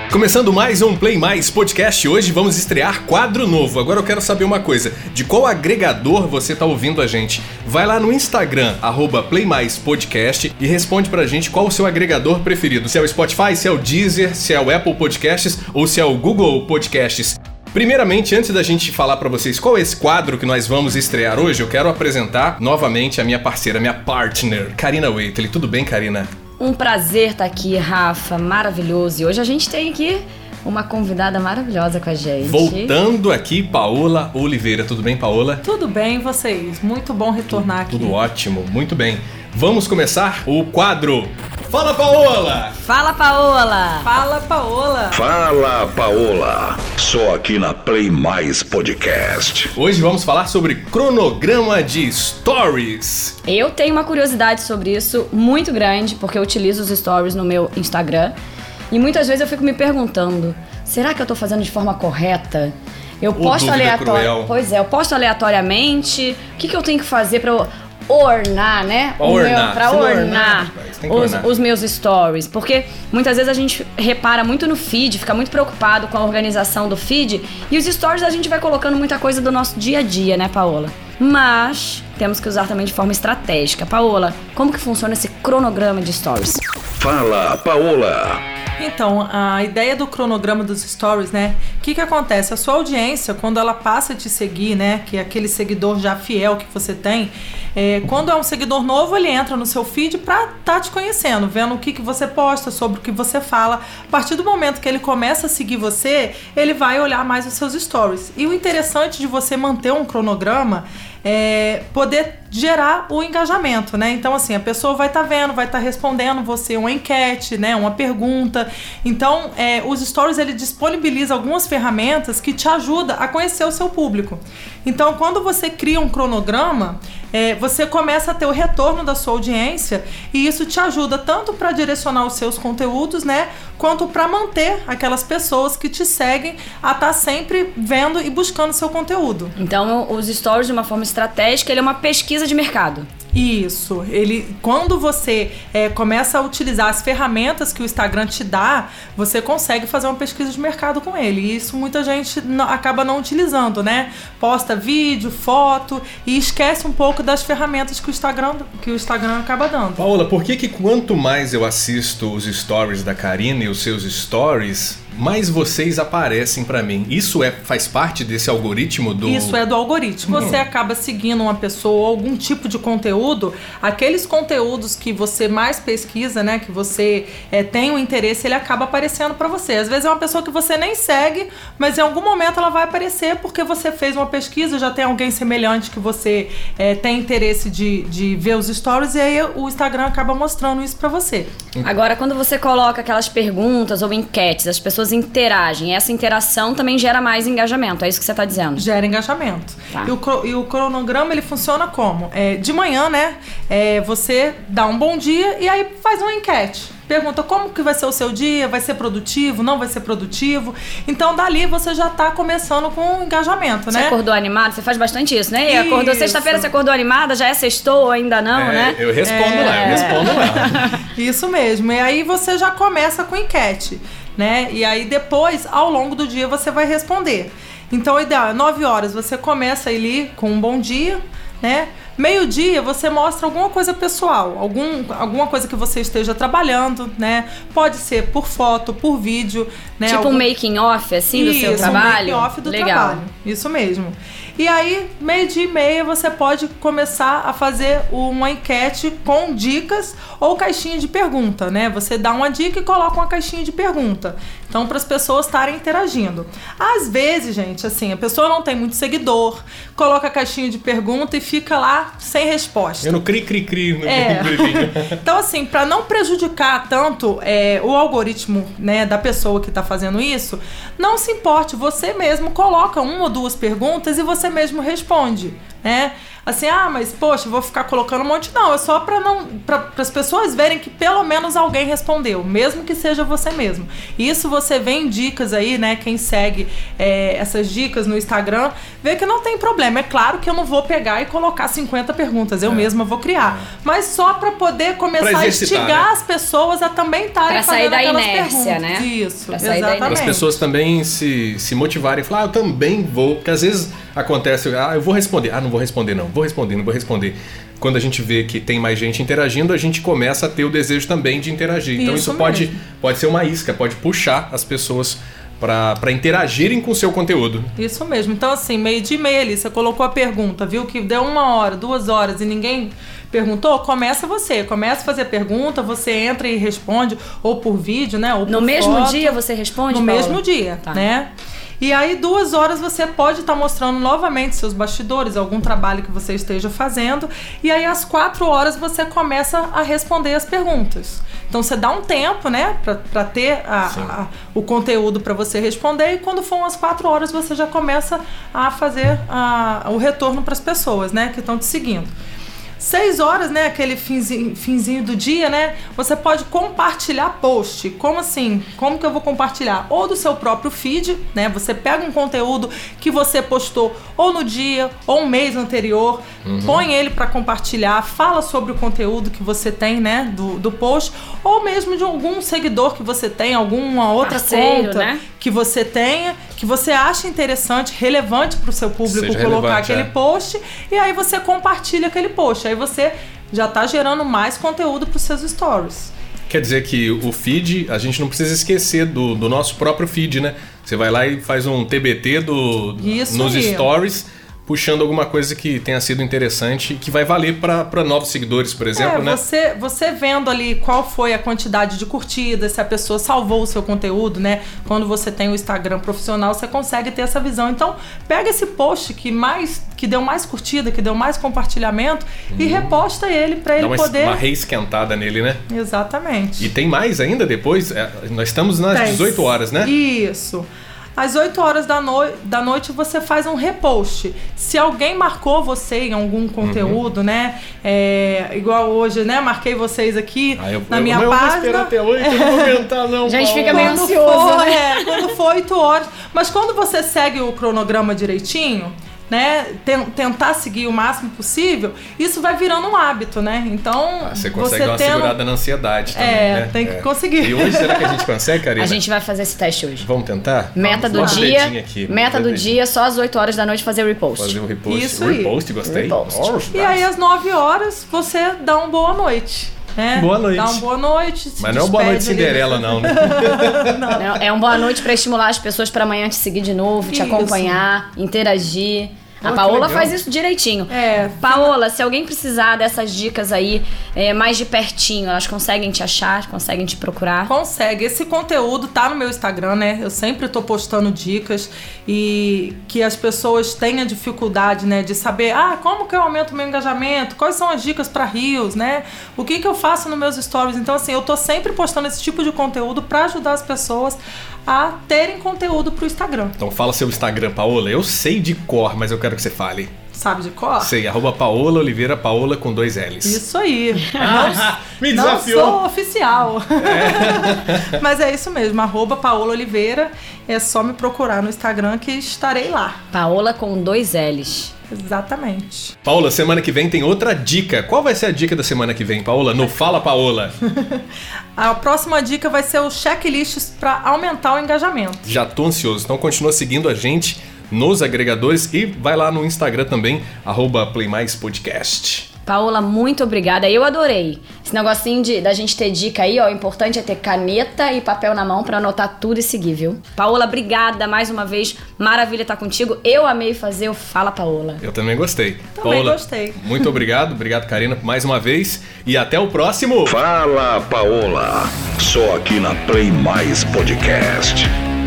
Começando mais um Play Mais Podcast, hoje vamos estrear quadro novo. Agora eu quero saber uma coisa, de qual agregador você está ouvindo a gente? Vai lá no Instagram, @PlayMaisPodcast e responde pra gente qual o seu agregador preferido. Se é o Spotify, se é o Deezer, se é o Apple Podcasts ou se é o Google Podcasts. Primeiramente, antes da gente falar pra vocês qual é esse quadro que nós vamos estrear hoje, eu quero apresentar novamente a minha parceira, minha partner, Karina Waitley. Tudo bem, Karina? Um prazer estar aqui, Rafa, maravilhoso. E hoje a gente tem aqui uma convidada maravilhosa com a gente. Voltando aqui, Paola Oliveira. Tudo bem, Paola? Tudo bem, e vocês? Muito bom retornar aqui. Tudo ótimo, muito bem. Vamos começar o quadro Fala, Paola! Fala, Paola! Fala, Paola! Fala, Paola! Só aqui na Play Mais Podcast. Hoje vamos falar sobre cronograma de stories. Eu tenho uma curiosidade sobre isso muito grande, porque eu utilizo os stories no meu Instagram. E muitas vezes eu fico me perguntando, será que eu tô fazendo de forma correta? Eu posto aleatoriamente. Pois é, eu posto aleatoriamente. O que eu tenho que fazer pra eu ornar, né? Pra ornar os meus stories. Porque muitas vezes a gente repara muito no feed, fica muito preocupado com a organização do feed. E os stories a gente vai colocando muita coisa do nosso dia a dia, né, Paola? Mas temos que usar também de forma estratégica. Paola, como que funciona esse cronograma de stories? Fala, Paola! Então, a ideia do cronograma dos stories, né? O que acontece? A sua audiência, quando ela passa a te seguir, né? Que é aquele seguidor já fiel que você tem, quando é um seguidor novo, ele entra no seu feed pra estar te conhecendo, vendo o que você posta, sobre o que você fala. A partir do momento que ele começa a seguir você, ele vai olhar mais os seus stories. E o interessante de você manter um cronograma é poder gerar o engajamento, né? Então, assim, a pessoa vai estar vendo, vai estar respondendo você uma enquete, né? Uma pergunta. Então, os stories, ele disponibiliza algumas ferramentas que te ajudam a conhecer o seu público. Então, quando você cria um cronograma, você começa a ter o retorno da sua audiência e isso te ajuda tanto para direcionar os seus conteúdos, né? Quanto para manter aquelas pessoas que te seguem a estar sempre vendo e buscando seu conteúdo. Então, os stories, de uma forma estratégica, ele é uma pesquisa de mercado. Isso, quando você começa a utilizar as ferramentas que o Instagram te dá, você consegue fazer uma pesquisa de mercado com ele. E isso muita gente acaba não utilizando, né? Posta vídeo, foto e esquece um pouco das ferramentas que o Instagram acaba dando. Paola, por que quanto mais eu assisto os stories da Karina e os seus stories, mais vocês aparecem pra mim? Isso faz parte desse algoritmo do... Isso é do algoritmo. Você acaba seguindo uma pessoa ou algum tipo de conteúdo, aqueles conteúdos que você mais pesquisa, né, que você tem um interesse, ele acaba aparecendo pra você. Às vezes é uma pessoa que você nem segue, mas em algum momento ela vai aparecer porque você fez uma pesquisa, já tem alguém semelhante que você tem interesse de ver os stories e aí o Instagram acaba mostrando isso pra você. Agora, quando você coloca aquelas perguntas ou enquetes, as pessoas interagem. Essa interação também gera mais engajamento. É isso que você está dizendo? Gera engajamento. Tá. E o cronograma, ele funciona como? De manhã, né? Você dá um bom dia e aí faz uma enquete. Pergunta como que vai ser o seu dia, vai ser produtivo, não vai ser produtivo. Então, dali você já tá começando com engajamento, né? Você acordou animado? Você faz bastante isso, né? E acordou sexta-feira, você acordou animada? Já é sextou ou ainda não, né? Eu respondo lá. Isso mesmo. E aí você já começa com enquete, né? E aí depois, ao longo do dia, você vai responder. Então, o ideal é 9 horas, você começa ali com um bom dia, né? Meio-dia você mostra alguma coisa pessoal, alguma coisa que você esteja trabalhando, né? Pode ser por foto, por vídeo, né? Tipo um making off, assim, do seu trabalho? Isso, um making off do trabalho. Isso mesmo. E aí, 12:30, você pode começar a fazer uma enquete com dicas ou caixinha de pergunta, né? Você dá uma dica e coloca uma caixinha de pergunta. Então, para as pessoas estarem interagindo. Às vezes, gente, assim, a pessoa não tem muito seguidor, coloca a caixinha de pergunta e fica lá sem resposta. Eu não cri. Então, assim, para não prejudicar tanto o algoritmo, né, da pessoa que está fazendo isso, não se importe, você mesmo coloca 1 ou 2 perguntas e você mesmo responde, né? assim, mas poxa, vou ficar colocando um monte. Não, é só para as pessoas verem que pelo menos alguém respondeu, mesmo que seja você mesmo. Isso você vê em dicas aí, né? Quem segue essas dicas no Instagram, vê que não tem problema. É claro que eu não vou pegar e colocar 50 perguntas, eu mesma vou criar. Mas só para poder começar a instigar as pessoas a também estarem fazendo aquelas perguntas. Né? Isso, exatamente. Para as pessoas também se motivarem e falar, eu também vou. Porque às vezes acontece, eu vou responder. Não vou responder não. Vou responder. Quando a gente vê que tem mais gente interagindo, a gente começa a ter o desejo também de interagir. Então isso pode ser uma isca, pode puxar as pessoas para interagirem com o seu conteúdo. Isso mesmo. Então assim, 12:30 ali, você colocou a pergunta, viu que deu 1 hora, 2 horas e ninguém perguntou, começa a fazer pergunta, você entra e responde, ou por vídeo, né? Ou por no mesmo foto. Dia você responde, No Paola? mesmo dia, né? E aí 2 horas você pode estar mostrando novamente seus bastidores, algum trabalho que você esteja fazendo, e aí às 4 horas você começa a responder as perguntas. Então você dá um tempo, né, para ter o conteúdo para você responder, e quando for às 4 horas você já começa a fazer o retorno para as pessoas, né, que estão te seguindo. 6 horas, né, aquele finzinho do dia, né, você pode compartilhar post. Como assim? Como que eu vou compartilhar? Ou do seu próprio feed, né, você pega um conteúdo que você postou ou no dia ou um mês anterior, põe ele para compartilhar, fala sobre o conteúdo que você tem, né, do post, ou mesmo de algum seguidor que você tem, alguma outra conta, né, que você tenha, que você acha interessante, relevante para o seu público colocar aquele post, e aí você compartilha aquele post. Aí você já está gerando mais conteúdo para os seus stories. Quer dizer que o feed, a gente não precisa esquecer do nosso próprio feed, né? Você vai lá e faz um TBT nos stories, puxando alguma coisa que tenha sido interessante e que vai valer para novos seguidores, por exemplo, né? Você vendo ali qual foi a quantidade de curtidas, se a pessoa salvou o seu conteúdo, né? Quando você tem o Instagram profissional, você consegue ter essa visão. Então, pega esse post que deu mais curtida, que deu mais compartilhamento e reposta ele para ele poder... Dá uma reesquentada nele, né? Exatamente. E tem mais ainda depois? Nós estamos nas 18 horas, né? Isso. Às 8 horas da noite você faz um repost. Se alguém marcou você em algum conteúdo, né? Igual hoje, né? Marquei vocês aqui na minha página. Eu vou esperar até 8, eu não vou comentar não. A gente fica meio ansioso, né? Quando for 8 horas. Mas quando você segue o cronograma direitinho, né, tentar seguir o máximo possível, isso vai virando um hábito, né? Então, você consegue dar uma segurada na ansiedade também, né? Tem que conseguir. E hoje, será que a gente consegue, Karina? A gente vai fazer esse teste hoje. Vamos tentar? Meta do dia, só às 8 horas da noite fazer repost. Fazer um repost. Isso aí. Repost, gostei. Repost. E aí, às 9 horas, você dá uma boa noite. Né? Boa noite. Dá uma boa noite. Mas não é uma boa noite Cinderela, não, né? Não, é uma boa noite para estimular as pessoas para amanhã te seguir de novo, te acompanhar, interagir. A Paola faz isso direitinho. Paola, se alguém precisar dessas dicas aí mais de pertinho, elas conseguem te achar, conseguem te procurar? Consegue. Esse conteúdo tá no meu Instagram, né? Eu sempre tô postando dicas e que as pessoas tenham dificuldade, né? De saber, como que eu aumento o meu engajamento? Quais são as dicas para Reels, né? O que eu faço nos meus stories? Então, assim, eu tô sempre postando esse tipo de conteúdo para ajudar as pessoas a terem conteúdo pro Instagram. Então fala seu Instagram, Paola. Eu sei de cor, mas eu quero que você fale. Sabe de cor? Sei, @Paola Oliveira, Paola com 2 L's. Isso aí. Me desafiou. Não sou oficial. Mas é isso mesmo, @Paola Oliveira. É só me procurar no Instagram que estarei lá. Paola com 2 L's. Exatamente. Paola, semana que vem tem outra dica. Qual vai ser a dica da semana que vem, Paola? No Fala, Paola. A próxima dica vai ser os checklists para aumentar o engajamento. Já tô ansioso. Então continua seguindo a gente nos agregadores e vai lá no Instagram também, @PlayMaisPodcast. Paola, muito obrigada. Eu adorei. Esse negocinho da gente ter dica aí, ó. O importante é ter caneta e papel na mão pra anotar tudo e seguir, viu? Paola, obrigada mais uma vez. Maravilha estar contigo. Eu amei fazer o Fala, Paola. Eu também gostei. Também gostei. Muito obrigado. Obrigado, Karina, mais uma vez. E até o próximo. Fala, Paola. Só aqui na Play Mais Podcast.